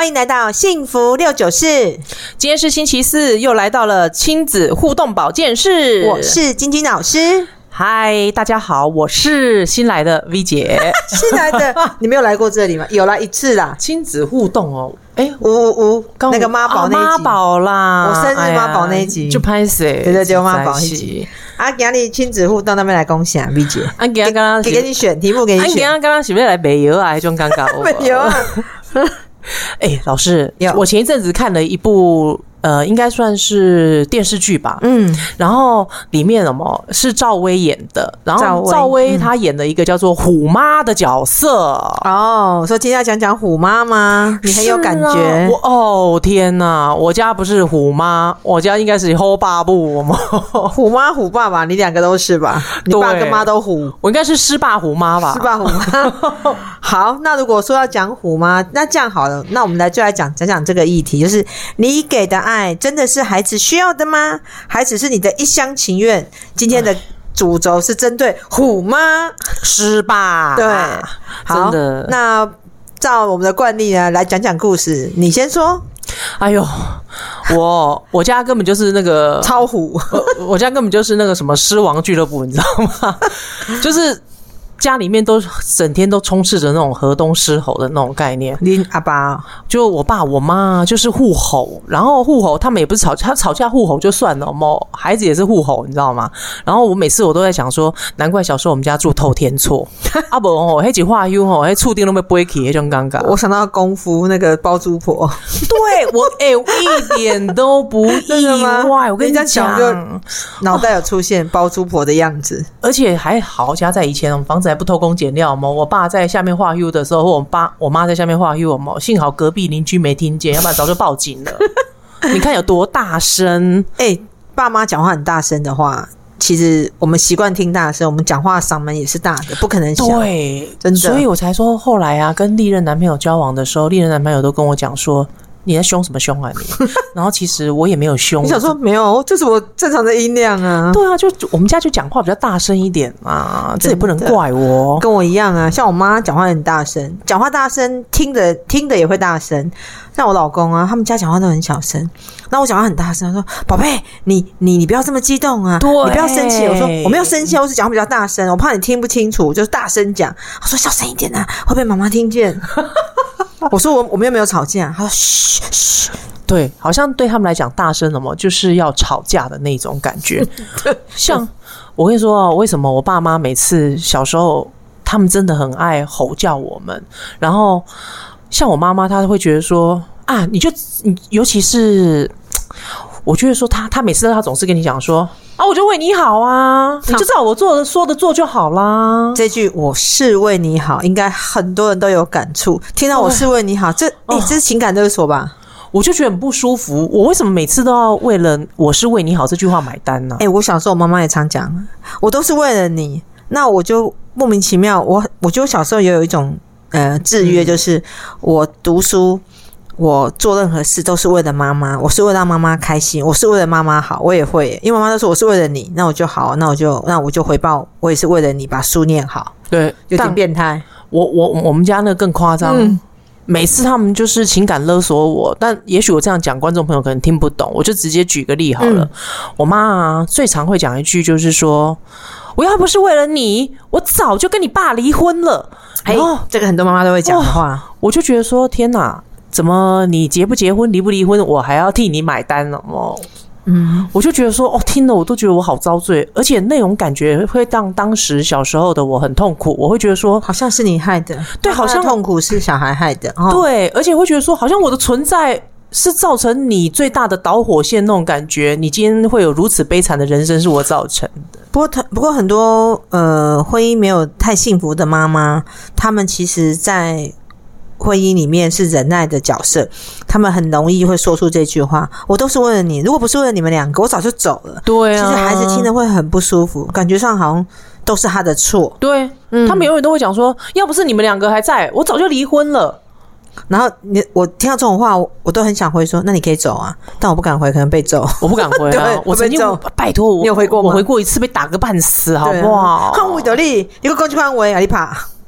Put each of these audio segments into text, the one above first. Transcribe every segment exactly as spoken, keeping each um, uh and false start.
欢迎来到幸福六九四。 今天是星期四，又来到了亲子互动保健室。 我是晶晶老师。 嗨，大家好，我是新来的 V 姐。 新来的，你没有来过这里吗？有来一次啦。 亲子互动哦，哎， 呜呜呜，那个妈宝那一集， 妈宝啦， 我生日妈宝那一集， 哎、就拍谁？ 对对，就妈宝一集。啊，给你亲子互动那边来恭喜啊 ，V 姐。 啊，给刚刚给给你选题目，给你选。 啊，刚刚是不是来美游啊？那种尴尬。 美游啊。 哎、欸，老师，我前一阵子看了一部呃，应该算是电视剧吧，嗯，然后里面什么是赵薇演的，然后赵薇她演了一个叫做虎妈的角色。 哦，说今天要讲讲虎妈吗？你很有感觉。 啊、我哦天哪，我家不是虎妈，我家应该是虎爸布。 虎妈虎爸爸，你两个都是吧？你爸跟妈都虎， 我应该是狮爸虎妈吧？ 狮爸虎妈。好，那如果说要讲虎妈，那这样好了，那我们来就来讲讲讲这个议题，就是你给的爱真的是孩子需要的吗？还只是你的一厢情愿？今天的主轴是针对虎妈狮爸。 对，好，真的。那照我们的惯例呢，来讲讲故事，你先说。 哎呦，我我家根本就是那个超虎， 我, 我家根本就是那个什么狮王俱乐部，你知道吗？就是家里面都整天都充斥着那种河东狮吼的那种概念。 你阿爸就我爸我妈就是互吼，然后互吼他们也不是吵架，他吵架互吼就算了，我孩子也是互吼，你知道吗？然后我每次我都在想说，难怪小时候我们家住透天厝，啊不哦，那句话又吼，那厝顶都没飞起那种尴尬。 我想到功夫那个包租婆， 对我哎、欸，我一点都不意外。我跟你讲， 脑袋有出现包租婆的样子， 而且还好家在以前我们房子还不偷工减料嘛，我爸在下面画 U 的时候，或我爸我妈在下面画 U 嘛，幸好隔壁邻居没听见，要不然早就报警了。你看有多大声？ 哎、欸，爸妈讲话很大声的话，其实我们习惯听大声，我们讲话嗓门也是大的，不可能小。 对， 真的。 所以我才说后来啊，跟历任男朋友交往的时候，历任男朋友都跟我讲说，你在凶什么凶啊你？然后其实我也没有凶， 你想说没有，这是我正常的音量啊。 对啊，就我们家就讲话比较大声一点嘛，这也不能怪我。 跟我一样啊，像我妈讲话很大声，讲话大声，听的听的也会大声。像我老公啊，他们家讲话都很小声，那我讲话很大声，他说：“宝贝，你你你不要这么激动啊，你不要生气。”我说：“我没有生气，我是讲话比较大声，我怕你听不清楚，就是大声讲。”他说：“小声一点啊，会被妈妈听见。”我说我我们又没有吵架，他说嘘嘘， 对，好像对他们来讲，大声了嘛，就是要吵架的那种感觉。像我跟你说，为什么我爸妈每次小时候，他们真的很爱吼叫我们，然后像我妈妈，她会觉得说啊，你就你，尤其是我觉得说她，她每次她总是跟你讲说。啊，我就为你好啊，你就照我做的说的做就好啦。 这句我是为你好，应该很多人都有感触。听到我是为你好，这哎、欸，这是情感勒索吧？ 我就觉得很不舒服。我为什么每次都要为了我是为你好这句话买单呢？ 哎、欸，我小时候我妈妈也常讲，我都是为了你，那我就莫名其妙。我我觉得我小时候也有一种呃制约，就是我读书。我做任何事都是为了妈妈，我是为了让妈妈开心，我是为了妈妈好，我也会，因为妈妈都说我是为了你，那我就好，那我就那我就回报，我也是为了你把书念好。 对， 有点变态。 我我我们家那个更夸张、嗯，每次他们就是情感勒索我，但也许我这样讲，观众朋友可能听不懂，我就直接举个例好了。嗯、我妈啊，最常会讲一句就是说。我要不是为了你，我早就跟你爸离婚了。 哎、欸，这个很多妈妈都会讲的话、哦， 我就觉得说，天哪，怎么你结不结婚、离不离婚，我还要替你买单了哦？嗯，我就觉得说，哦，听了我都觉得我好遭罪，而且那种感觉会让当时小时候的我很痛苦。我会觉得说， 好像是你害的， 对，好像痛苦是小孩害的，哦、 对，而且会觉得说，好像我的存在。是造成你最大的导火线那种感觉，你今天会有如此悲惨的人生是我造成的。 不过，不过很多呃婚姻没有太幸福的妈妈，他们其实在婚姻里面是忍耐的角色，他们很容易会说出这句话：“我都是为了你，如果不是为了你们两个，我早就走了。” 对啊， 其实孩子听了会很不舒服，感觉上好像都是他的错。 对，嗯，他们永远都会讲说：“要不是你们两个还在，我早就离婚了。” 然后你我听到这种话，我, 我都很想回说，那你可以走啊，但我不敢回，可能被揍。 我不敢回啊，我曾经拜托我， 你有回过吗？ 我回过一次，被打个半死，好不好？ 看我的力，你个公去看我啊，你怕。 对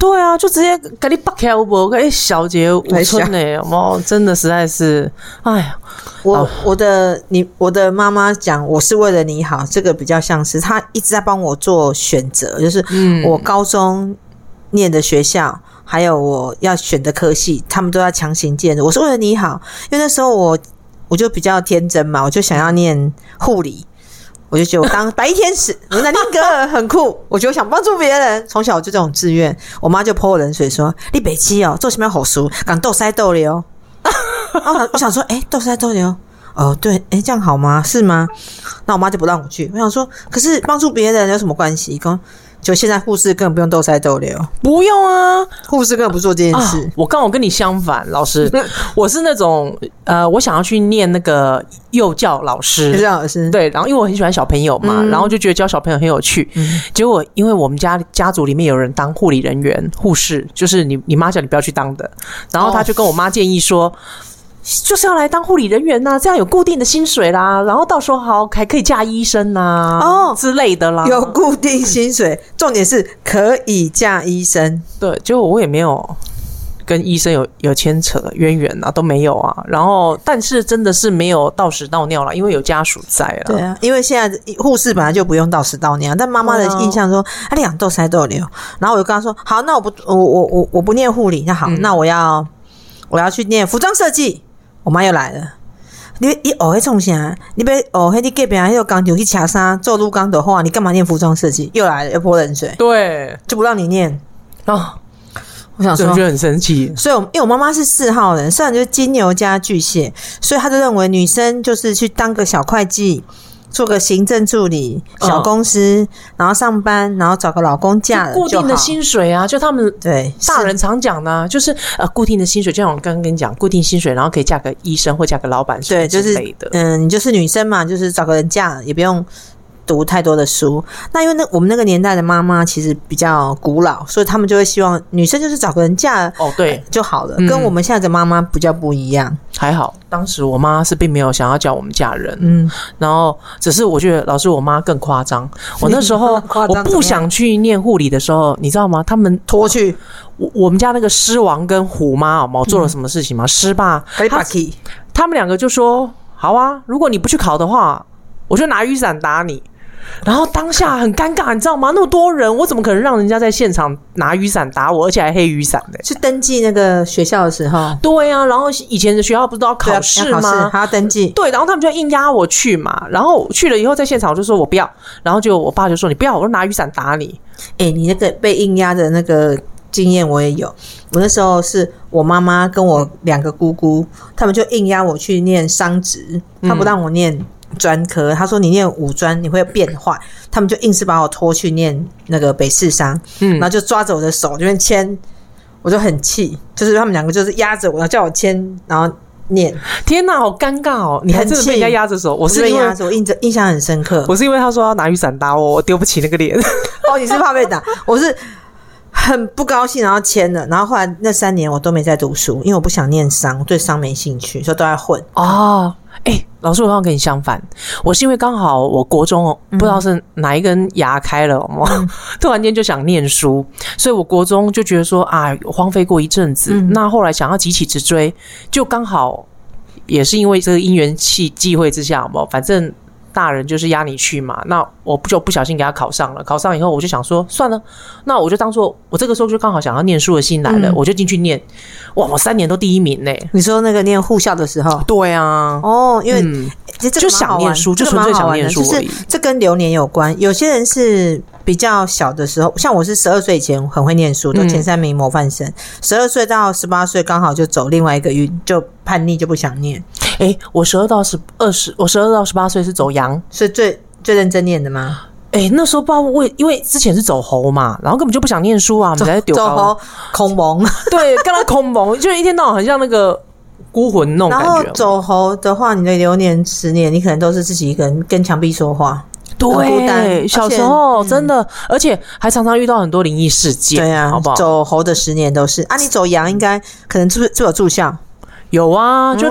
对啊，就直接给你拔开有无？哎，小节五村呢，有没有？真的实在是，哎呀， 我我的你我的妈妈讲，我是为了你好，这个比较像是她一直在帮我做选择，就是我高中念的学校。还有我要选的科系，他们都要强行介入。我是为了你好，因为那时候我我就比较天真嘛，我就想要念护理，我就觉得我当白衣天使，我南丁格尔很酷，我觉得我想帮助别人，从小就这种志愿。我妈就泼我冷水说：“你北七哦，做什么要好书，讲斗塞斗流。”然后我想说，哎、欸，斗塞斗流，哦，对，哎、欸，这样好吗？是吗？那我妈就不让我去。我想说，可是帮助别人有什么关系？跟就现在护士根本不用斗塞斗流， 不用啊， 护士根本不做这件事。啊、 我刚好跟你相反，老师，我是那种呃，我想要去念那个幼教老师， 幼教老师对，然后因为我很喜欢小朋友嘛，嗯、然后就觉得教小朋友很有趣。嗯、结果因为我们家家族里面有人当护理人员、护士，就是你你妈叫你不要去当的，然后他就跟我妈建议说。就是要来当护理人员呐、啊，这样有固定的薪水啦，然后到时候好还可以嫁医生呐、啊，哦之类的啦。 有固定薪水，重点是可以嫁医生。 对，结果我也没有跟医生有有牵扯渊源啊，都没有啊。然后，但是真的是没有倒屎倒尿啦，因为有家属在啊。 对啊，因为现在护士本来就不用倒屎倒尿，但妈妈的印象说，啊，你养斗塞斗流。然后我就跟她说，好，那我不，我我我我不念护理，那好，嗯、那我要我要去念服装设计。我妈又来了，你你学迄创啥？你要学迄你隔壁迄个工厂去车衫做路工的话，你干嘛念服装设计？又来了，又泼冷水， 对， 就不让你念哦。 我想说， 我觉得很生气。 所以我，因为我妈妈是四号人，虽然就是金牛加巨蟹，所以她就认为女生就是去当个小会计。做个行政助理，小公司，嗯、然后上班，然后找个老公嫁了就好， 固定的薪水啊，就他们对大人常讲的、啊，就是呃固定的薪水，就像我刚刚跟你讲，固定薪水，然后可以嫁个医生或嫁个老板之类的，对，就是嗯，你就是女生嘛，就是找个人嫁，也不用读太多的书。那因为那我们那个年代的妈妈其实比较古老，所以他们就会希望女生就是找个人嫁哦，对就好了，嗯、跟我们现在的妈妈比较不一样。 还好，当时我妈是并没有想要叫我们嫁人，嗯，然后只是我觉得老师我妈更夸张。我那时候我不想去念护理的时候，你知道吗？他们拖去我我们家那个狮王跟虎妈哦，做了什么事情吗？狮爸他他们两个就说好啊，如果你不去考的话，我就拿雨伞打你。然后当下很尴尬，你知道吗？那么多人，我怎么可能让人家在现场拿雨伞打我，而且还黑雨伞的？ 是登记那个学校的时候， 对啊。然后以前的学校不是都要考试吗？ 要还要登记。 对，然后他们就硬压我去嘛。然后去了以后，在现场我就说我不要，然后就我爸就说你不要，我就拿雨伞打你。 哎、欸，你那个被硬压的那个经验我也有。我那时候是我妈妈跟我两个姑姑，他们就硬压我去念商职，他不让我念。专科，他说你念五专你会变坏，他们就硬是把我拖去念那个北市商，嗯，然后就抓着我的手这边签，我就很气，就是他们两个就是压着我，然后叫我签，然后念。 天哪，好尴尬哦！你还真的被人家压着手，我是被压着，我印着印象很深刻。 我是因为他说要拿雨伞打我，我丢不起那个脸。 哦，你是怕被打，我是很不高兴，然后签了，然后后来那三年我都没在读书，因为我不想念商，我对商没兴趣，所以都在混。 哦。哎、欸，老师，我刚刚跟你相反，我是因为刚好我国中不知道是哪一根牙开了，嗯、突然间就想念书，所以我国中就觉得说啊，荒废过一阵子，嗯、那后来想要急起直追，就刚好也是因为这个因缘际会之下，反正大人就是压你去嘛，那我就不小心给他考上了，考上以后我就想说算了，那我就当做我这个时候就刚好想要念书的心来了，嗯、我就进去念，哇，我三年都第一名呢。 你说那个念护校的时候？ 对啊， 哦，因为、嗯、 其实这个就想念书，就纯粹想念书而已。 就是这跟流年有关，有些人是比较小的时候，像我是十二岁以前很会念书，都前三名模范生，十二岁到十八岁刚好就走另外一个运，就叛逆就不想念。 哎、欸，我十二到十二十，我十二到十八岁是走羊， 是最最认真念的吗？ 哎、欸，那时候不知道为，因为之前是走猴嘛，然后根本就不想念书啊，我们在丢走猴空蒙， 对，跟他空蒙，就一天到晚很像那个孤魂那种感觉。 然后走猴的话，你的流年十年，你可能都是自己一个人跟墙壁说话。 对，小时候真的、嗯，而且还常常遇到很多灵异事件。 对啊， 好不好？ 走猴的十年都是啊，你走羊应该可能是不是就有住校？ 有啊，就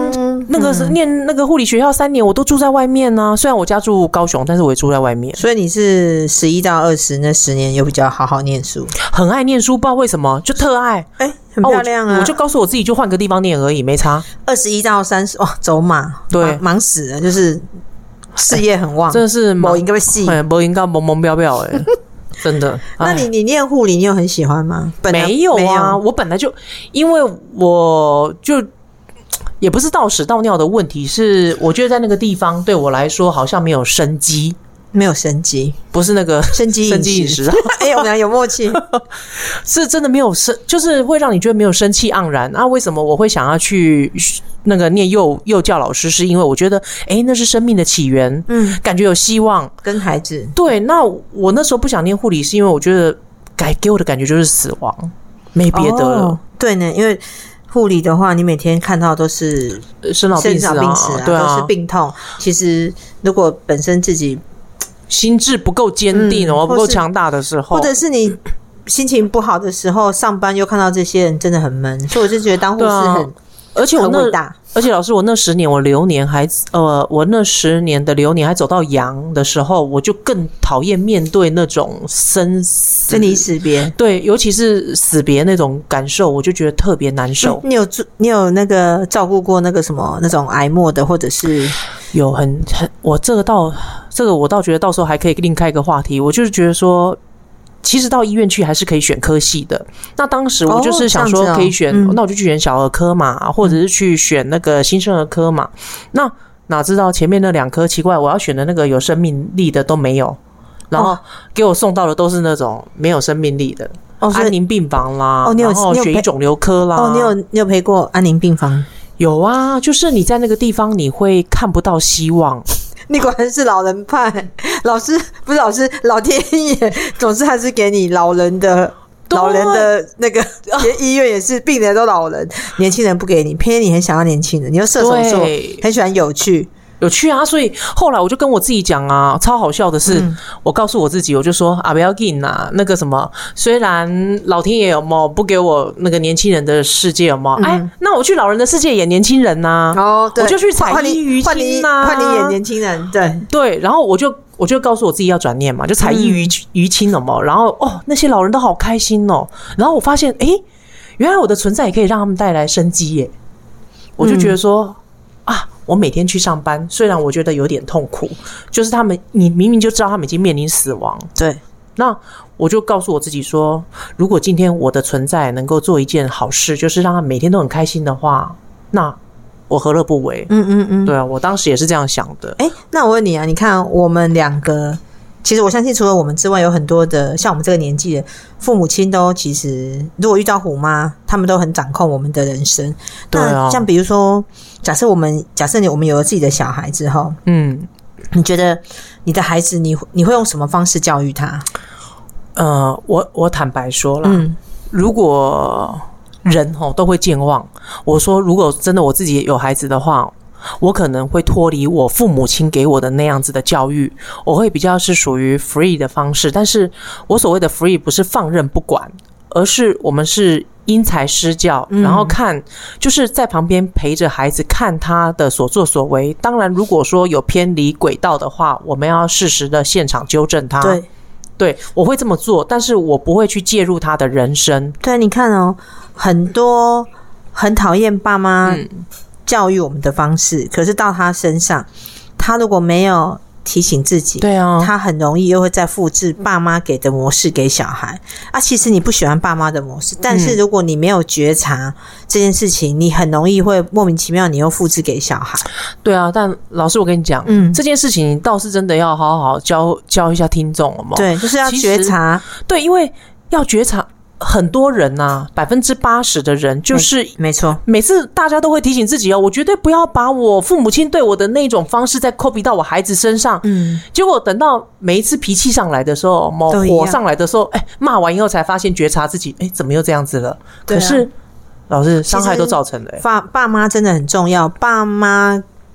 那个是念那个护理学校三年，我都住在外面啊。虽然我家住高雄，但是我也住在外面。 所以你是十一到二十那十年有比较好好念书， 很爱念书，不知道为什么就特爱， 哎、欸，很漂亮啊、 哦我！我就告诉我自己，就换个地方念而已，没差。 二十一到三十，哇，走马， 对， 忙死了，就是事业很旺， 真的是某应该会细， 某应该萌萌标标哎。真的， 那你你念护理，你有很喜欢吗？本来没有啊，我本来就因为我就也不是倒屎倒尿的问题，是我觉得在那个地方对我来说好像没有生机， 没有生机， 不是那个生机生机饮食。 哎、欸，我们俩有默契， 是真的没有生，就是会让你觉得没有生气盎然。啊，为什么我会想要去那个念幼幼教老师？是因为我觉得，哎、欸，那是生命的起源，嗯，感觉有希望， 跟孩子。 对，那我那时候不想念护理，是因为我觉得给给我的感觉就是死亡，没别的了。 哦、对呢，因为护理的话，你每天看到都是生老病死啊， 生老病死啊， 对啊， 都是病痛。其实如果本身自己心智不够坚定哦、嗯，不够强大的时候， 或者是你心情不好的时候，上班又看到这些人，真的很闷。所以我就觉得当护士很，啊、 而且我那很伟大。 而且老师，我那十年我流年还呃，我那十年的流年还走到阳的时候，我就更讨厌面对那种生死、 生离死别。 对，尤其是死别那种感受，我就觉得特别难受。 你有你有那个照顾过那个什么那种癌末的，或者是有很很，我这个倒这个我倒觉得到时候还可以另开一个话题。我就是觉得说。其实到医院去还是可以选科系的。那当时我就是想说可以选，哦哦嗯、那我就去选小儿科嘛，或者是去选那个新生儿科嘛。那哪知道前面那两科奇怪，我要选的那个有生命力的都没有，然后给我送到的都是那种没有生命力的，哦、安宁病房啦，哦、你有然后血液肿瘤科啦。 哦，你有你有陪过安宁病房？ 有啊，就是你在那个地方你会看不到希望。 你果然是老人派，老师不是老师，老天爷总是还是给你老人的，老人的那个医院也是病人都老人，年轻人不给你，偏偏你很想要年轻人，你又射手座，很喜欢有趣。 有趣啊，所以后来我就跟我自己讲啊，超好笑的是，嗯、我告诉我自己，我就说啊，不要紧啊，那个什么，虽然老天爷有没有不给我那个年轻人的世界有没有？嗯、哎，那我去老人的世界演年轻人呐、啊，哦，对，我就去彩衣娱亲呐， 换你演年轻人，对对，然后我就我就告诉我自己要转念嘛，就彩衣娱娱亲了嘛，然后哦，那些老人都好开心哦，然后我发现，哎，原来我的存在也可以让他们带来生机耶，我就觉得说。嗯啊！我每天去上班，虽然我觉得有点痛苦，就是他们，你明明就知道他们已经面临死亡， 对。 那我就告诉我自己说，如果今天我的存在能够做一件好事，就是让他们每天都很开心的话，那我何乐不为？ 嗯嗯嗯， 对啊，我当时也是这样想的。 哎，那我问你啊，你看我们两个。其实我相信，除了我们之外，有很多的像我们这个年纪的父母亲都其实，如果遇到虎妈，他们都很掌控我们的人生。 对啊， 像比如说，假设我们假设你我们有了自己的小孩之后，嗯，你觉得你的孩子你你会用什么方式教育他？ 呃，我我坦白说啦，嗯，如果人吼都会健忘，我说如果真的我自己有孩子的话。我可能会脱离我父母亲给我的那样子的教育，我会比较是属于 free 的方式，但是我所谓的 free 不是放任不管，而是我们是因材施教，然后看就是在旁边陪着孩子看他的所作所为，当然如果说有偏离轨道的话，我们要适时的现场纠正他。 对对，我会这么做，但是我不会去介入他的人生。 对，你看哦，很多很讨厌爸妈、嗯教育我们的方式，可是到他身上，他如果没有提醒自己， 对啊， 他很容易又会再复制爸妈给的模式给小孩啊。其实你不喜欢爸妈的模式，但是如果你没有觉察这件事情，你很容易会莫名其妙，你又复制给小孩。 对啊，但老师我跟你讲，嗯，这件事情倒是真的要好好教教一下听众了嘛。 对，就是要觉察。 对，因为要觉察。很多人啊，百分之八十的人就是没错。 每次大家都会提醒自己哦，我绝对不要把我父母亲对我的那种方式再 copy 到我孩子身上。嗯，结果等到每一次脾气上来的时候，火上来的时候，哎，骂完以后才发现觉察自己，哎，怎么又这样子了？啊、可是老师伤害都造成了、欸。 爸爸妈真的很重要，爸妈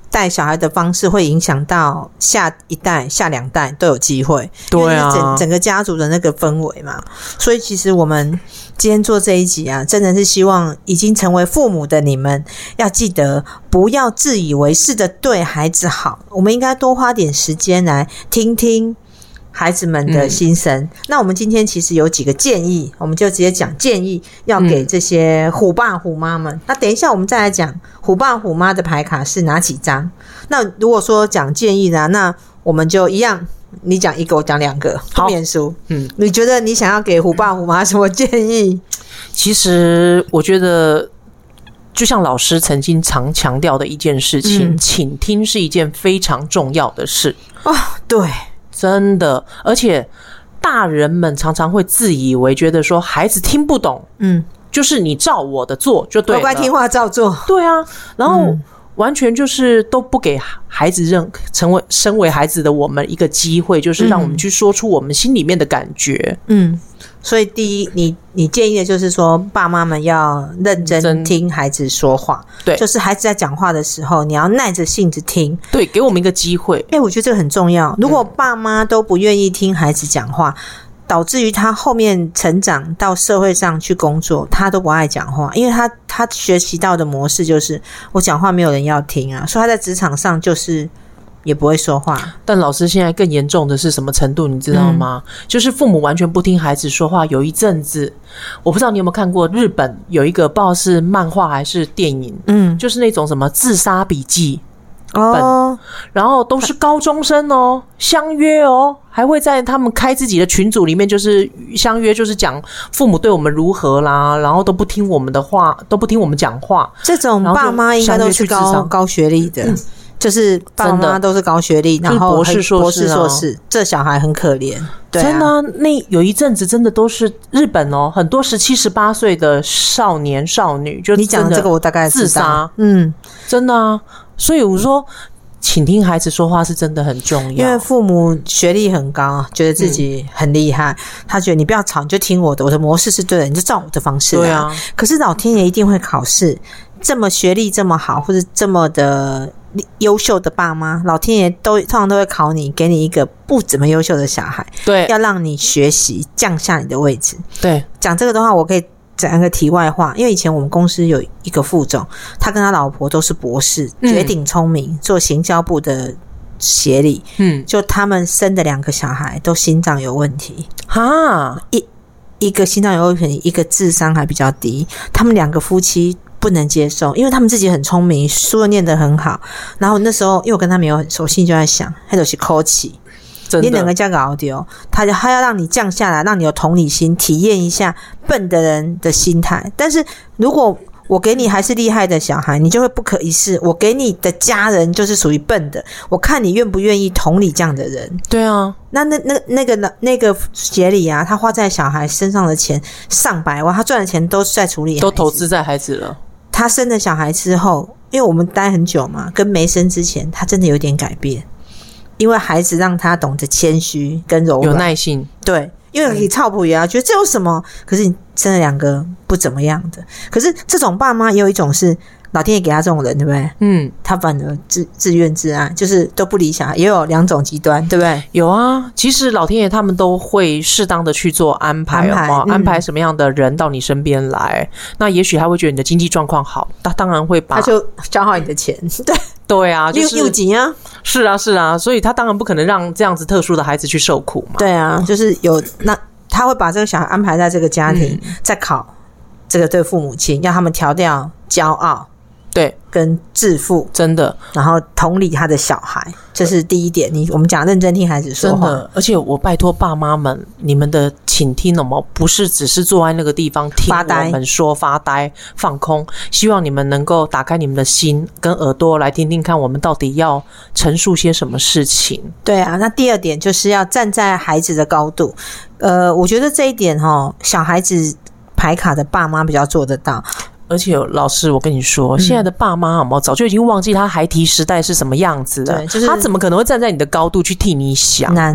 带小孩的方式会影响到下一代、下两代都有机会。 对啊， 整整个家族的那个氛围嘛。所以其实我们今天做这一集啊，真的是希望已经成为父母的你们，要记得不要自以为是的对孩子好，我们应该多花点时间来听听孩子们的心声、嗯、那我们今天其实有几个建议，我们就直接讲建议要给这些虎爸虎妈们、嗯、那等一下我们再来讲虎爸虎妈的牌卡是哪几张。那如果说讲建议呢，那我们就一样，你讲一个我讲两个，不免输。嗯，你觉得你想要给虎爸虎妈什么建议？ 其实我觉得就像老师曾经常强调的一件事情、嗯、倾听是一件非常重要的事。 哦，对， 真的，而且大人们常常会自以为觉得说孩子听不懂，嗯，就是你照我的做就对了， 乖乖听话照做。 对啊，然后、嗯、完全就是都不给孩子认成为身为孩子的我们一个机会，就是让我们去说出我们心里面的感觉。嗯， 所以第一，你你建议的就是说，爸妈们要认真听孩子说话，对，就是孩子在讲话的时候，你要耐着性子听， 对，给我们一个机会。 哎、欸，我觉得这个很重要。如果爸妈都不愿意听孩子讲话，导致于他后面成长到社会上去工作，他都不爱讲话，因为他他学习到的模式就是我讲话没有人要听啊，所以他在职场上就是也不会说话。 但老师现在更严重的是什么程度你知道吗、嗯、就是父母完全不听孩子说话。有一阵子我不知道你有没有看过，日本有一个不知道是漫画还是电影，嗯，就是那种什么自杀笔记哦，然后都是高中生哦，相约哦，还会在他们开自己的群组里面就是相约，就是讲父母对我们如何啦，然后都不听我们的话，都不听我们讲话。 这种爸妈应该都是高高学历的、嗯，就是爸妈都是高学历，然后博士硕士、 博士硕士，这小孩很可怜。对啊， 真的、啊，那有一阵子真的都是日本哦，很多十七十八岁的少年少女就你讲的这个我大概知道， 自杀， 嗯， 真的啊。所以我说倾听孩子说话是真的很重要， 因为父母学历很高，觉得自己很厉害、嗯、他觉得你不要吵，你就听我的，我的模式是对的，你就照我的方式来。对啊，可是老天爷一定会考试，这么学历这么好或者这么的优秀的爸妈，老天爷都通常都会考你，给你一个不怎么优秀的小孩，对，要让你学习降下你的位置。对，讲这个的话我可以讲一个题外话，因为以前我们公司有一个副总，他跟他老婆都是博士，绝顶聪明，做行销部的协理，嗯，就他们生的两个小孩都心脏有问题哈，一一个心脏有问题，一个智商还比较低，他们两个夫妻不能接受，因为他们自己很聪明，书又念得很好，然后那时候因为我跟他没有很熟悉，就在想那就是考试，你两个加个奥迪哦，他就他要让你降下来，让你有同理心，体验一下笨的人的心态。但是如果我给你还是厉害的小孩，你就会不可一世。我给你的家人就是属于笨的，我看你愿不愿意同理这样的人。 对啊， 那那那那个那个协理啊，他花在小孩身上的钱上百万，他赚的钱都是在处理孩子， 都投资在孩子了。 他生了小孩之后，因为我们待很久嘛，跟没生之前，他真的有点改变。因为孩子让他懂得谦虚跟柔软， 有耐心。对， 因为你操谱也要觉得这有什么，可是你生了两个不怎么样的。可是这种爸妈也有一种是老天爷给他这种人，对不对？嗯，他反而自自怨自艾，就是都不理小孩，也有两种极端，对不对？ 有啊，其实老天爷他们都会适当的去做安排，安排、嗯、安排什么样的人到你身边来。那也许他会觉得你的经济状况好，他当然会把他就消耗你的钱，对。 对啊，就是又紧啊， 是啊是啊，所以他当然不可能让这样子特殊的孩子去受苦嘛。 对啊，就是有那他会把这个小孩安排在这个家庭，嗯、再考这个对父母亲，要他们调掉骄傲， 对， 跟自负， 真的， 然后同理他的小孩，这是第一点。你我们讲认真听孩子说话， 真的。而且我拜托爸妈们，你们的倾听了吗？不是只是坐在那个地方听我们说发呆放空，希望你们能够打开你们的心跟耳朵来听听看，我们到底要陈述些什么事情。 对啊，那第二点就是要站在孩子的高度。呃，我觉得这一点齁，小孩子牌卡的爸妈比较做得到。 而且老师我跟你说、嗯、现在的爸妈好不好早就已经忘记他孩提时代是什么样子了，就是他怎么可能会站在你的高度去替你想， 难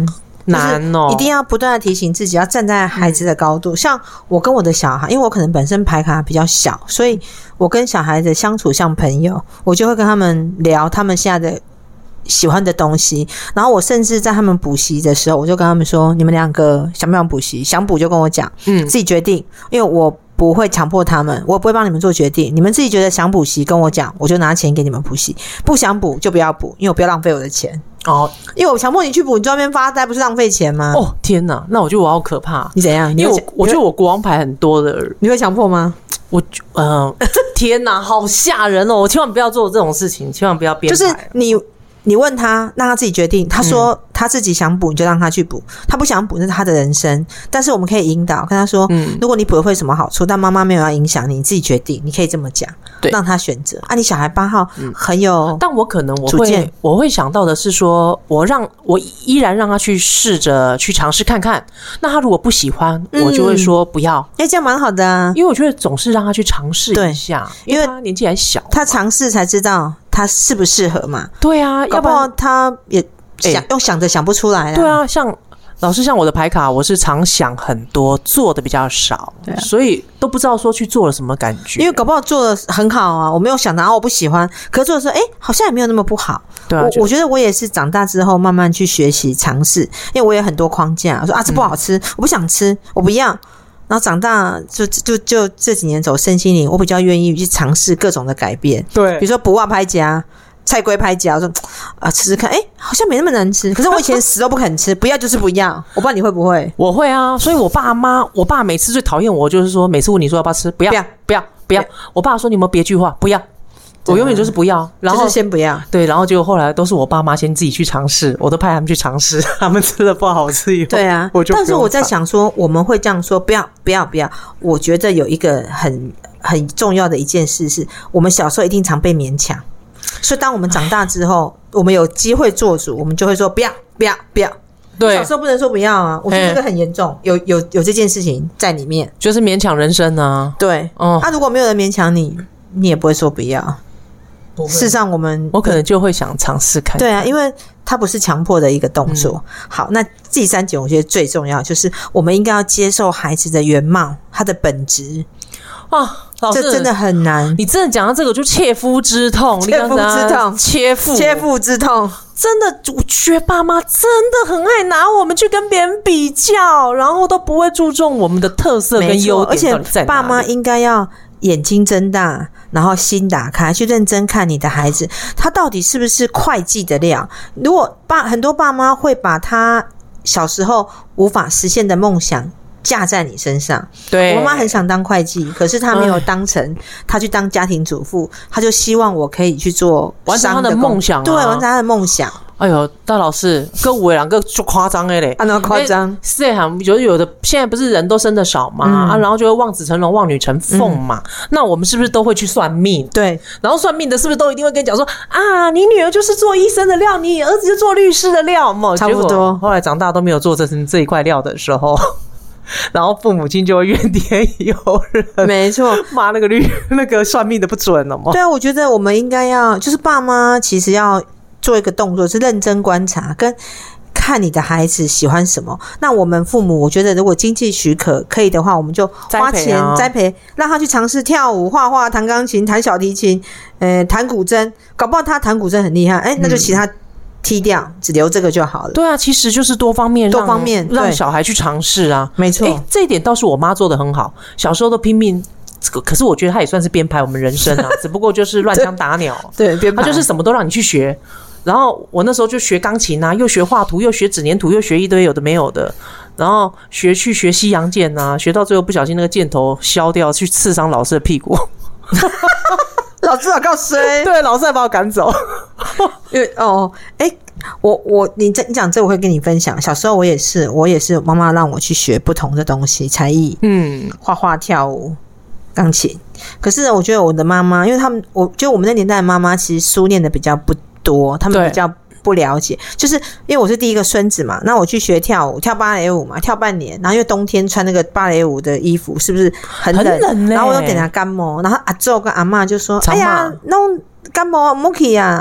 难哦， 一定要不断的提醒自己，要站在孩子的高度。嗯、像我跟我的小孩，因为我可能本身牌卡比较小，所以我跟小孩子相处像朋友，我就会跟他们聊他们现在的喜欢的东西，然后我甚至在他们补习的时候，我就跟他们说：你们两个想不想补习？想补就跟我讲，嗯，自己决定，因为我不会强迫他们，我不会帮你们做决定。你们自己觉得想补习，跟我讲，我就拿钱给你们补习；不想补就不要补，因为我不要浪费我的钱。哦，因为我强迫你去补，你在那边发呆，不是浪费钱吗？ 哦，天哪，那我觉得我好可怕。 你怎样？ 因为我我觉得我国王牌很多的， 你会强迫吗？ 我嗯、呃，天哪，好吓人哦！我千万不要做这种事情，千万不要编排。 就是你。你问他，让他自己决定。他说他自己想补，你就让他去补；他不想补，那是他的人生。但是我们可以引导，跟他说：嗯、如果你补会有什么好处，但妈妈没有要影响你，你自己决定。你可以这么讲，对，让他选择。啊，你小孩八号很有、嗯， 但我可能我会我会想到的是说，我让我依然让他去试着去尝试看看。那他如果不喜欢，嗯、我就会说不要。 哎、欸，这样蛮好的啊， 因为我觉得总是让他去尝试一下，因为他年纪还小， 他尝试才知道。他适不适合嘛？ 对啊， 要不然他也想、欸、用想着想不出来啦。 对啊，像老师像我的牌卡，我是常想很多，做的比较少，对、啊，所以都不知道说去做了什么感觉。 因为搞不好做的很好啊，我没有想到我不喜欢，可是做的时候，哎、欸，好像也没有那么不好。对啊，我我觉得我也是长大之后慢慢去学习尝试，因为我有很多框架，我说啊这不好吃，嗯、我不想吃，我不要。然后长大就就就这几年走身心灵，我比较愿意去尝试各种的改变。对，比如说不袜拍夹、菜龟拍夹，我说啊吃吃看，哎，好像没那么难吃。可是我以前死都不肯吃，不要就是不要。我不知道你会不会？我会啊，所以我爸妈，我爸每次最讨厌我，就是说每次问你说要不要吃，不要，不要，不要，不要。我爸说你有没有别句话？不要。我永远就是不要，然后就是先不要， 对，然后结果后来都是我爸妈先自己去尝试，我都派他们去尝试，他们吃的不好吃以后， 对啊， 我就但是我在想说，我们会这样说，不要，不要，不要。我觉得有一个很很重要的一件事是，我们小时候一定常被勉强，所以当我们长大之后，我们有机会做主，我们就会说不要，不要，不要。对，小时候不能说不要啊，我觉得这个很严重，有有有这件事情在里面， 就是勉强人生啊。 对，嗯，啊，如果没有人勉强你，你也不会说不要。事实上我们我可能就会想尝试看看。 对啊，因为它不是强迫的一个动作。嗯、好，那第三点我觉得最重要就是我们应该要接受孩子的原貌，他的本质啊。老师， 这真的很难。 你真的讲到这个就切肤之痛， 切肤之痛， 切腹切腹之痛。 真的，我觉得爸妈真的很爱拿我们去跟别人比较，然后都不会注重我们的特色跟优点到底在哪里。 而且爸妈应该要眼睛睁大，然后心打开，去认真看你的孩子，他到底是不是会计的料。如果爸很多爸妈会把他小时候无法实现的梦想架在你身上。对，我妈很想当会计，可是她没有当成，她去当家庭主妇，她就希望我可以去做完成她的梦想、啊， 对，完成她的梦想。 哎呦，大老师，跟五两个就夸张的嘞， 啊，那夸张是哈，有有的现在不是人都生得少嘛、嗯、啊，然后就会望子成龙、望女成凤嘛、嗯。那我们是不是都会去算命？对，然后算命的是不是都一定会跟你讲说啊，你女儿就是做医生的料，你儿子就做律师的料嘛？差不多。后来长大都没有做这这一块料的时候。然后父母亲就会怨天尤人， 没错， 骂那个律那个算命的不准了嘛。 对啊，我觉得我们应该要，就是爸妈其实要做一个动作，是认真观察跟看你的孩子喜欢什么。那我们父母，我觉得如果经济许可可以的话，我们就花钱栽培，让他去尝试跳舞、画画、弹钢琴、弹小提琴，呃，弹古筝，搞不好他弹古筝很厉害，哎，那就其他。踢掉，只留这个就好了。 对啊，其实就是多方面， 多方面让小孩去尝试啊。 没错， 欸，这一点倒是我妈做得很好。小时候都拼命，可是我觉得她也算是编排我们人生啊，只不过就是乱枪打鸟。 对，编排， 她就是什么都让你去学。然后我那时候就学钢琴啊，又学画图，又学纸黏土，又学一堆有的没有的。然后学去学西洋剑啊，学到最后不小心那个箭头削掉，去刺伤老师的屁股。 老师好告衰， 对，老师还把我赶走。 因为哦，哎，我我你你讲这我会跟你分享。小时候我也是，我也是妈妈让我去学不同的东西，才艺，嗯，画画、跳舞、钢琴。可是我觉得我的妈妈，因为他们，我觉得我们那年代的妈妈其实书念的比较不多，他们比较不了解，就是因为我是第一个孙子嘛，那我去学跳舞，跳芭蕾舞嘛，跳半年，然后因为冬天穿那个芭蕾舞的衣服，是不是很冷？很冷欸，然后我都给他感冒，然后阿祖跟阿嬷就说：“哎呀，弄感冒莫去啊。”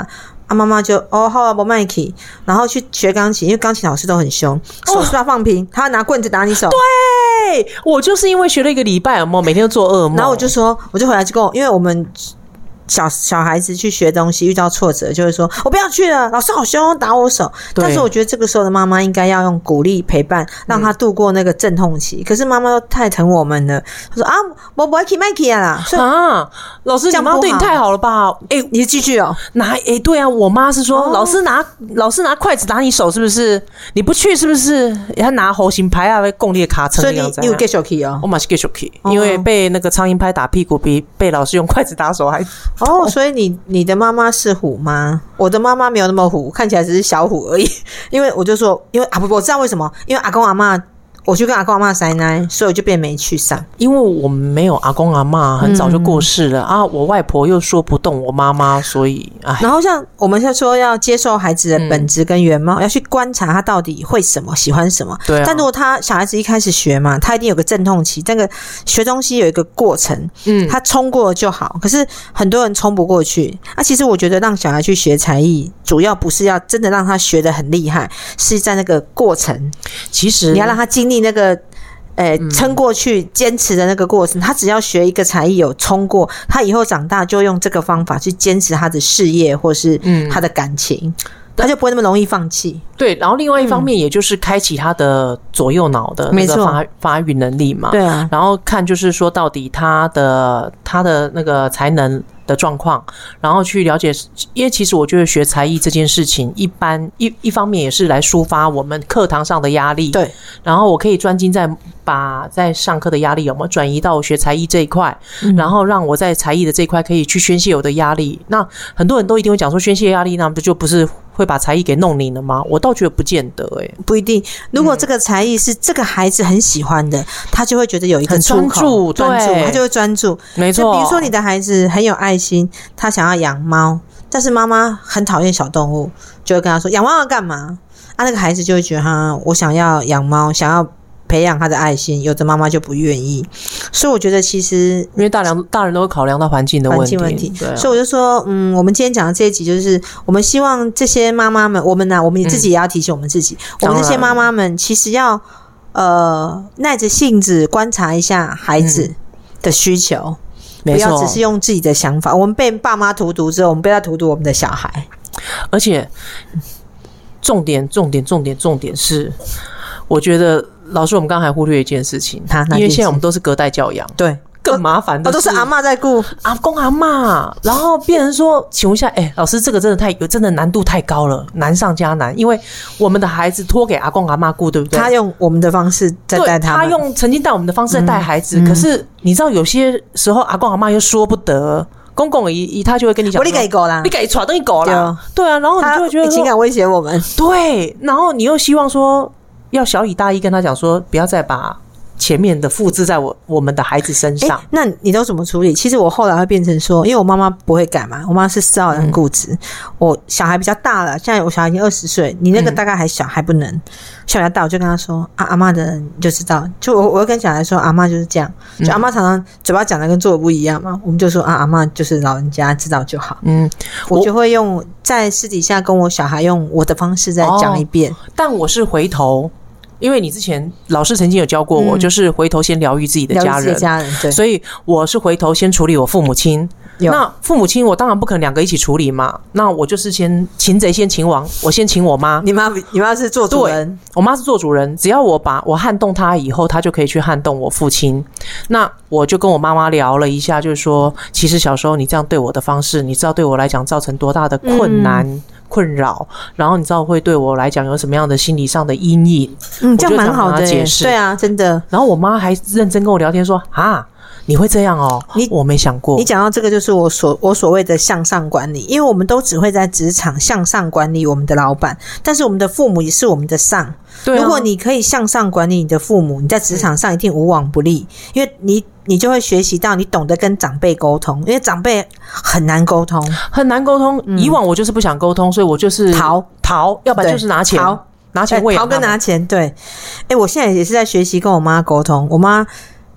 啊，妈妈就哦好啊，不卖去，然后去学钢琴，因为钢琴老师都很凶，手是要放平，他要拿棍子打你手。 对，我就是因为学了一个礼拜，有没有每天都做噩梦？ 然后我就说，我就回来就跟我，因为我们小小孩子去学东西遇到挫折，就会说我不要去了，老师好凶，打我手。但是我觉得这个时候的妈妈应该要用鼓励陪伴，让他度过那个阵痛期。嗯、可是妈妈都太疼我们了，她说啊，我不会去卖去啦。 啊，老师，你妈对你太好了吧？ 哎、欸，你继续哦。 拿哎、欸，对啊，我妈是说、哦、老师拿老师拿筷子打你手是不是？你不去是不是？他拿猴形牌啊，共列卡称。 所以你你有 get shock 哦？ 我马是 get shock，、哦、因为被那个苍蝇拍打屁股，比被老师用筷子打手还。 哦，所以你你的妈妈是虎吗？我的妈妈没有那么虎，看起来只是小虎而已。因为我就说，因为啊不，我知道为什么，因为阿公阿嬷。我去跟阿公阿嬷塞奶，所以我就变没去上。 因为我们没有阿公阿嬷，很早就过世了、嗯、啊。我外婆又说不动我妈妈，所以哎。 然后像我们现在说要接受孩子的本质跟原貌、嗯，要去观察他到底会什么，喜欢什么。 对、啊。 但如果他小孩子一开始学嘛，他一定有个阵痛期，这个学东西有一个过程，嗯，他冲过了就好。可是很多人冲不过去。啊，其实我觉得让小孩去学才艺，主要不是要真的让他学得很厉害，是在那个过程。 其实你要让他经历那个。呃，撑过去坚持的那个过程，他只要学一个才艺有冲过，他以后长大就用这个方法去坚持他的事业或是他的感情、嗯、他就不会那么容易放弃。 对，然后另外一方面也就是开启他的左右脑的那个发发育能力嘛。 对啊， 然后看就是说到底他的他的那个才能的状况，然后去了解，因为其实我觉得学才艺这件事情，一般一一方面也是来抒发我们课堂上的压力， 对， 然后我可以专精在把在上课的压力有没有转移到学才艺这一块、嗯，然后让我在才艺的这一块可以去宣泄我的压力。那很多人都一定会讲说宣泄压力，那不就不是会把才艺给弄拧了吗？我倒觉得不见得、欸，哎， 不一定。如果这个才艺是这个孩子很喜欢的，他就会觉得有一个出口， 很专注， 专注，他就会专注。 没错， 比如说你的孩子很有爱心，他想要养猫，但是妈妈很讨厌小动物，就会跟他说养猫要干嘛？啊，那个孩子就会觉得哈，我想要养猫，想要培养他的爱心，有的妈妈就不愿意。所以我觉得其实因为大人大人都会考量到环境的问题， 环境问题， 对、啊， 所以我就说，嗯，我们今天讲的这一集就是我们希望这些妈妈们，我们呢、啊，我们自己也要提醒我们自己，嗯、我们这些妈妈们其实要呃耐着性子观察一下孩子的需求。嗯，不要只是用自己的想法。我们被爸妈荼毒之後，我们被他荼毒我们的小孩。 而且重点重点重点重点是，我觉得老师我们刚才忽略一件事情，因为现在我们都是隔代教养， 对， 更麻烦的是、 哦、都是阿嬷在顾， 阿公阿嬷，然后变成说，请问一下，哎、欸，老师这个真的太真的难度太高了，难上加难，因为我们的孩子托给阿公阿嬷顾，对不对？ 他用我们的方式在带他们， 他用曾经带我们的方式在带孩子、嗯嗯，可是你知道有些时候阿公阿嬷又说不得。公公姨姨他就会跟你讲， 我你给狗啦， 你给传东西狗啦，对啊，然后你就会觉得情感威胁我们， 对，然后你又希望说要小以大义跟他讲说，不要再把前面的复制在我我们的孩子身上、欸。 那你都怎么处理？其实我后来会变成说，因为我妈妈不会改嘛，我妈是四号人固执、嗯。我小孩比较大了，现在我小孩已经二十岁，你那个大概还小，嗯、还不能。小孩大，我就跟他说啊，阿嬷的人你就知道，就我我会跟小孩说，阿嬷就是这样，就阿嬷常常嘴巴讲的跟做的不一样嘛，我们就说啊，阿嬷就是老人家，知道就好。嗯，我就会用在私底下跟我小孩用我的方式再讲一遍、哦， 但我是回头。因为你之前老师曾经有教过我、嗯、就是回头先疗愈自己的家人， 家人对， 所以我是回头先处理我父母亲。那父母亲我当然不可能两个一起处理嘛，那我就是先擒贼先擒王，我先擒我妈。 你妈你妈是做主人？ 我妈是做主人，只要我把我撼动她以后，她就可以去撼动我父亲。那我就跟我妈妈聊了一下，就是说其实小时候你这样对我的方式，你知道对我来讲造成多大的困难、嗯困扰，然后你知道会对我来讲有什么样的心理上的阴影？ 嗯，这样蛮好的解释。对啊，真的。 然后我妈还认真跟我聊天说啊，你会这样哦？你我没想过。 你讲到这个，就是我所我所谓的向上管理，因为我们都只会在职场向上管理我们的老板，但是我们的父母也是我们的上。对啊，如果你可以向上管理你的父母，你在职场上一定无往不利，因为你你就会学习到你懂得跟长辈沟通，因为长辈很难沟通， 很难沟通、嗯。以往我就是不想沟通，所以我就是逃逃，要不然就是拿钱，拿钱喂养他们。 逃跟拿钱，对。哎、欸，我现在也是在学习跟我妈沟通，我妈。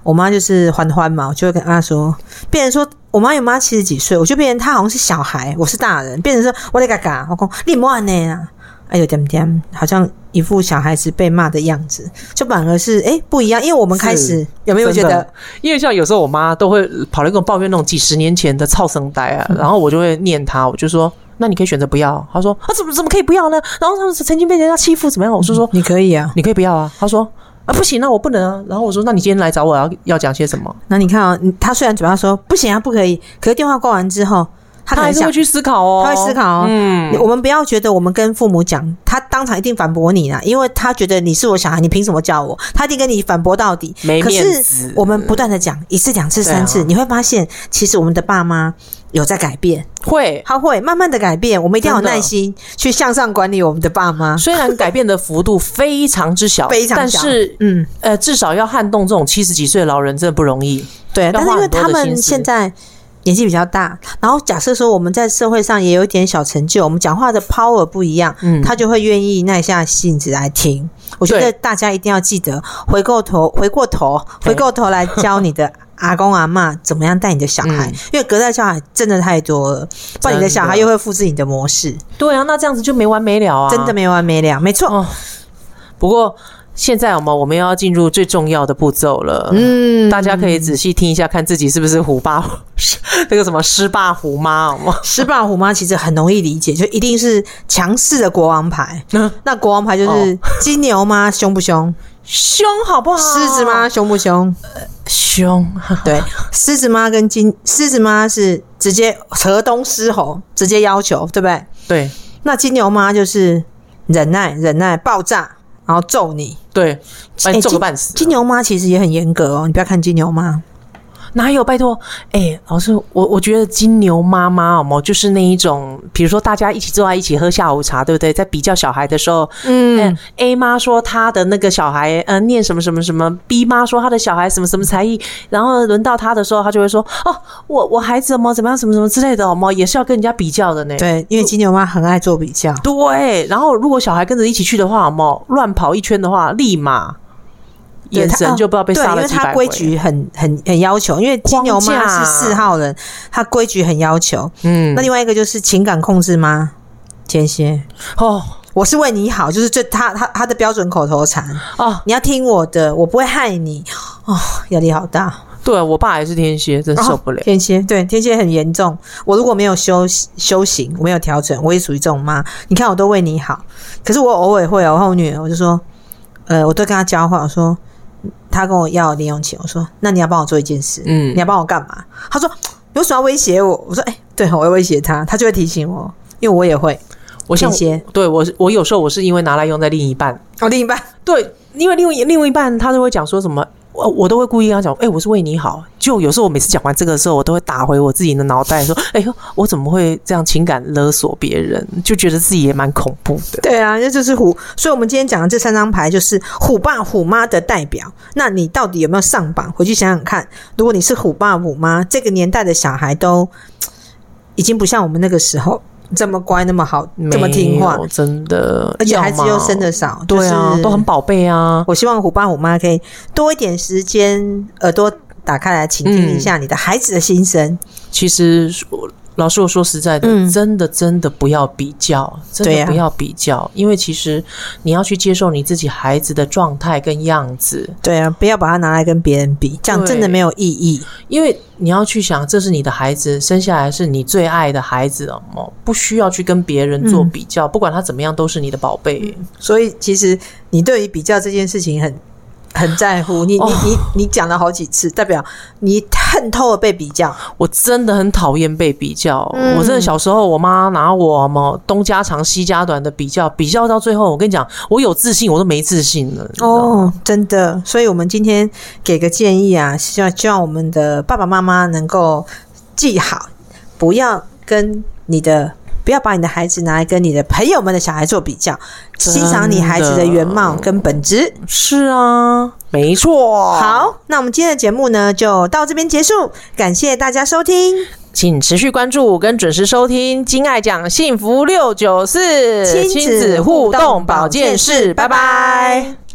我妈就是欢欢嘛，我就会跟她说，变成说我妈有妈七十几岁，我就变成她好像是小孩，我是大人，变成说我在嘎嘎，我讲你莫安呢啊，哎呦点点，好像一副小孩子被骂的样子，就反而是哎、欸、不一样，因为我们开始有没有觉得？ 因为像有时候我妈都会跑来跟我抱怨那种几十年前的操生呆啊，嗯、然后我就会念她，我就说。那你可以选择不要。他说啊，怎么怎么可以不要呢？然后他们曾经被人家欺负，怎么样？我就说、嗯、 你可以啊， 你可以不要啊。他说啊，不行啊，我不能啊。然后我说，那你今天来找我要要讲些什么？ 那你看啊，他虽然嘴巴说不行啊，不可以，可是电话挂完之后，他他还是会去思考哦， 他会思考哦。嗯，我们不要觉得我们跟父母讲，他当场一定反驳你啦，因为他觉得你是我小孩，你凭什么叫我？他一定跟你反驳到底。 没面子。 可是我们不断的讲一次、两次、三次，啊、你会发现，其实我们的爸妈。有在改变， 会， 他会慢慢的改变。我们一定要有耐心去向上管理我们的爸妈。 虽然改变的幅度非常之小， 非常小， 但是嗯呃，至少要撼动这种七十几岁的老人，真的不容易。 对，但是因为他们现在年纪比较大，然后假设说我们在社会上也有一点小成就，我们讲话的 power 不一样，嗯，他就会愿意耐下性子来听。我觉得大家一定要记得，回过头，回过头，回过头来教你的。阿公阿嬷怎么样带你的小孩、嗯、因为隔代教孩真的太多了，不然你的小孩又会复制你的模式。 对啊，那这样子就没完没了啊， 真的没完没了，没错、哦、 不过现在我们我们要进入最重要的步骤了，嗯，大家可以仔细听一下，看自己是不是虎爸那个什么狮爸虎妈，好吗？ 狮爸虎妈其实很容易理解，就一定是强势的国王牌、嗯、那国王牌就是金牛妈凶不凶？ 凶好不好？ 狮子妈凶不凶？ 呃，凶。 对，狮子妈跟金狮子妈是直接河东狮吼，直接要求，对不对？ 对。 那金牛妈就是忍耐，忍耐，爆炸，然后揍你。 对，把你揍个半死、 欸。金牛妈其实也很严格哦，你不要看金牛妈。 哪有拜托？哎、欸，老师，我我觉得金牛妈妈哦，就是那一种，比如说大家一起坐在一起喝下午茶，对不对？在比较小孩的时候，嗯、欸、，A 妈说她的那个小孩，呃，念什么什么什么 ，B 妈说她的小孩什么什么才艺，然后轮到她的时候，她就会说，哦，我我孩子么怎么样，什么什么之类的，哦，也是要跟人家比较的呢。 对，因为金牛妈很爱做比较。 对，然后如果小孩跟着一起去的话，哦，乱跑一圈的话，立马。眼神就不知道被杀了几百回。对，因为他规矩很很很要求，因为金牛妈是四号人，他规矩很要求。嗯，那另外一个就是情感控制吗？天蝎哦，我是为你好，就是这他他他的标准口头禅哦，你要听我的，我不会害你哦，压力好大。对，我爸也是天蝎，真受不了。 哦、天蝎对天蝎很严重，我如果没有修修行，我没有调整，我也属于这种妈。你看我都为你好，可是我偶尔会，我和我女儿我就说，呃，我都跟她交换，我说。他跟我要零用钱，我说那你要帮我做一件事，嗯，你要帮我干嘛？他说你为什么要威胁我？我说哎、欸，对，我会威胁他，他就会提醒我，因为我也会。 我想对我我有时候我是因为拿来用在另一半， 哦，另一半对， 因为另外另外一半他都会讲说什么。我我都会故意跟他讲，哎、欸，我是为你好。就有时候我每次讲完这个的时候，我都会打回我自己的脑袋，说，哎呦，我怎么会这样情感勒索别人？就觉得自己也蛮恐怖的。 对啊，那就是虎。所以我们今天讲的这三张牌就是虎爸虎妈的代表。那你到底有没有上榜？回去想想看，如果你是虎爸虎妈，这个年代的小孩都已经不像我们那个时候。这么乖那么好这么听话， 真的， 而且孩子又生得少， 对啊，就是、都很宝贝啊。 我希望虎爸虎妈可以多一点时间，耳朵打开来倾听一下你的孩子的心声。 嗯、其实老师我说实在的、嗯、真的真的不要比较，真的不要比较、啊、因为其实你要去接受你自己孩子的状态跟样子。 对啊，不要把它拿来跟别人比，这样真的没有意义。 因为你要去想，这是你的孩子，生下来是你最爱的孩子哦，不需要去跟别人做比较、嗯、不管他怎么样都是你的宝贝、 嗯、所以其实你对于比较这件事情很很在乎，你、oh. 你你你讲了好几次，代表你恨透了被比较。 我真的很讨厌被比较、嗯、我真的小时候我妈拿我嘛东家长西家短的比较，比较到最后我跟你讲，我有自信我都没自信了哦， oh, 真的。所以我们今天给个建议啊，希望希望我们的爸爸妈妈能够记好，不要跟你的不要把你的孩子拿来跟你的朋友们的小孩做比较，欣赏你孩子的原貌跟本质。 是啊，没错。 好，那我们今天的节目呢就到这边结束，感谢大家收听， 请持续关注跟准时收听金爱讲幸福六九四亲子互动保健室，拜拜。